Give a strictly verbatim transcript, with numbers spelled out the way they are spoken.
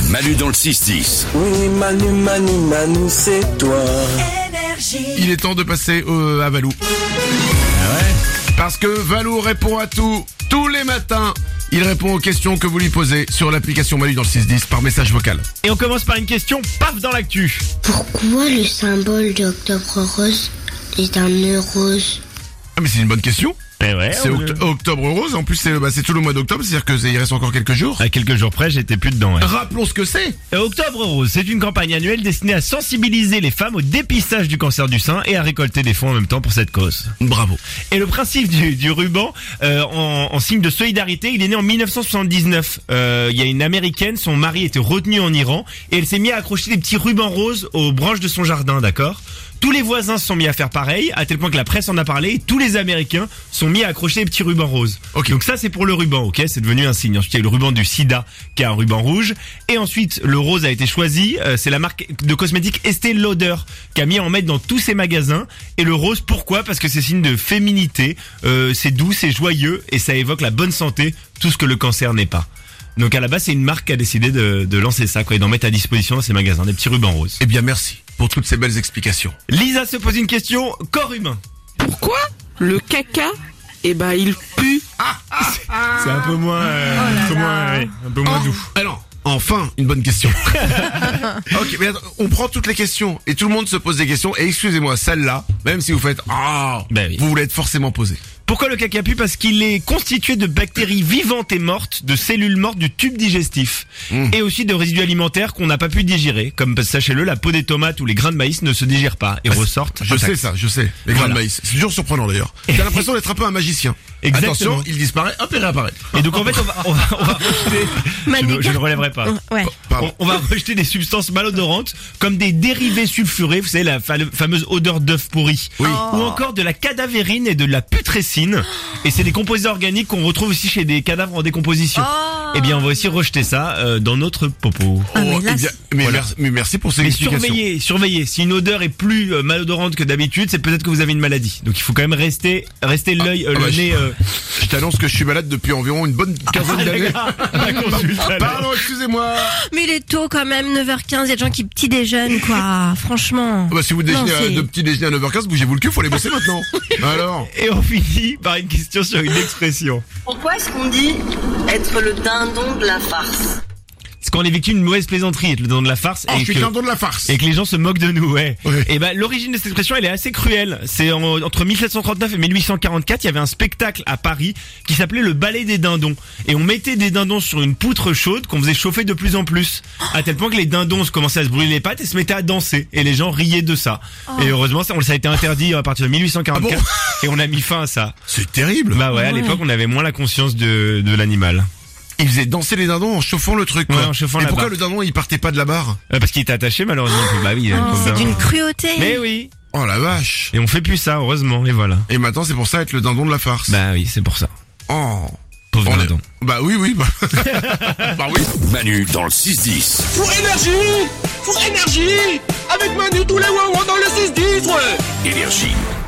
Manu dans le six dix. Oui, Manu, Manu, Manu, c'est toi. Il est temps de passer euh, à Valou. Ah ouais. Parce que Valou répond à tout, tous les matins. Il répond aux questions que vous lui posez sur l'application Manu dans le six dix par message vocal. Et on commence par une question, paf, dans l'actu. Pourquoi le symbole d'Octobre Rose est un nœud rose? Ah mais c'est une bonne question. Eh ouais, C'est on- oct- Octobre Rose, en plus c'est, bah, c'est tout le mois d'octobre, c'est-à-dire que c'est- il reste encore quelques jours. À quelques jours près, j'étais plus dedans. Ouais. Rappelons ce que c'est. Euh, Octobre Rose, c'est une campagne annuelle destinée à sensibiliser les femmes au dépistage du cancer du sein et à récolter des fonds en même temps pour cette cause. Bravo. Et le principe du, du ruban, euh, en, en signe de solidarité, il est né en mille neuf cent soixante-dix-neuf. Euh, Il y a une américaine, son mari était retenu en Iran et elle s'est mise à accrocher des petits rubans roses aux branches de son jardin, d'accord ? Tous les voisins se sont mis à faire pareil, à tel point que la presse en a parlé, et tous les Américains sont mis à accrocher des petits rubans roses. Ok. Donc ça c'est pour le ruban, ok, c'est devenu un signe. Ensuite il y a le ruban du sida, qui a un ruban rouge, et ensuite le rose a été choisi, euh, c'est la marque de cosmétiques Estée Lauder, qui a mis à en mettre dans tous ses magasins. Et le rose, pourquoi ? Parce que c'est signe de féminité, euh, c'est doux, c'est joyeux, et ça évoque la bonne santé, tout ce que le cancer n'est pas. Donc à la base c'est une marque qui a décidé de, de lancer ça, quoi, et d'en mettre à disposition dans ses magasins, des petits rubans roses. Eh bien merci pour toutes ces belles explications. Lisa se pose une question, corps humain. Pourquoi le caca, eh ben, il pue? C'est un peu moins, euh, un peu moins, ouais, un peu moins doux. Alors, enfin, une bonne question. Ok, mais attends, on prend toutes les questions et tout le monde se pose des questions. Et excusez-moi, celle-là, même si vous faites ah, Ben oui. vous voulez être forcément posée. Pourquoi le caca pue ? Parce qu'il est constitué de bactéries vivantes et mortes, de cellules mortes du tube digestif, Mmh. et aussi de résidus alimentaires qu'on n'a pas pu digérer. Comme sachez-le, la peau des tomates ou les grains de maïs ne se digèrent pas et ressortent. Je sais intacts. ça, je sais. Les grains Voilà. de maïs. C'est toujours surprenant d'ailleurs. J'ai l'impression d'être un peu un magicien. Exactement. Attention, il disparaît, hop, il réapparaît. Et donc en fait, on va, on va, on va rejeter. Je, ne- je ne relèverai pas. Ouais. Pardon. On, on va rejeter des substances malodorantes comme des dérivés sulfurés, vous savez la fa- fameuse odeur d'œuf pourri, Oui. ou encore de la cadavérine et de la putrécine. Et c'est des composés organiques qu'on retrouve aussi chez des cadavres en décomposition. Eh bien, on va aussi rejeter ça euh, dans notre popo. Ah, mais Oh, là, eh bien, mais, Voilà. merci, mais merci pour ces Mais explications. surveillez, surveillez. Si une odeur est plus euh, malodorante que d'habitude, c'est peut-être que vous avez une maladie. Donc il faut quand même rester, rester l'œil, euh, ah bah, le je- nez. Euh... Je t'annonce que je suis malade depuis environ une bonne quinzaine d'années. la consulte. Pardon, excusez-moi. Mais il est tôt quand même, neuf heures quinze, il y a des gens qui petit déjeunent quoi, franchement. Bah, si vous déjeunez Non, à- c'est- de petit déjeuner à neuf heures quinze, bougez-vous le cul, faut aller bosser maintenant. Alors. Et on finit par une question sur une expression. Pourquoi est-ce qu'on dit être le dindon de la farce? C'est quand on est victime d'une mauvaise plaisanterie, être le dindon de la farce, Oh, et, je suis que, le dindon de la farce. et que les gens se moquent de nous, ouais. Ouais. Et ben l'origine de cette expression, elle est assez cruelle. C'est en- entre mille sept cent trente-neuf et mille huit cent quarante-quatre, il y avait un spectacle à Paris qui s'appelait le ballet des dindons. Et on mettait des dindons sur une poutre chaude qu'on faisait chauffer de plus en plus, à tel point que les dindons se commençaient à se brûler les pattes et se mettaient à danser. Et les gens riaient de ça. Et heureusement, ça, on, ça a été interdit à partir de mille huit cent quarante-quatre. Et on a mis fin à ça. C'est terrible. Bah ouais, à l'époque, on avait moins la conscience de, de l'animal. Il faisait danser les dindons en chauffant le truc, quoi. Ouais, en chauffant Et la pourquoi barre. le dindon, il partait pas de la barre? Euh, parce qu'il était attaché malheureusement. Bah oui, le Oh, pauvre c'est dindon. d'une cruauté. Mais oui. Oh la vache. Et on fait plus ça, heureusement, et voilà. Et maintenant, c'est pour ça être le dindon de la farce. Bah oui, c'est pour ça. Oh. Pauvre On est- dindon. Bah oui, oui. Bah, bah oui. Manu dans le six dix. Pour énergie, pour énergie, avec Manu tous les wouah dans le six dix, ouais. Énergie.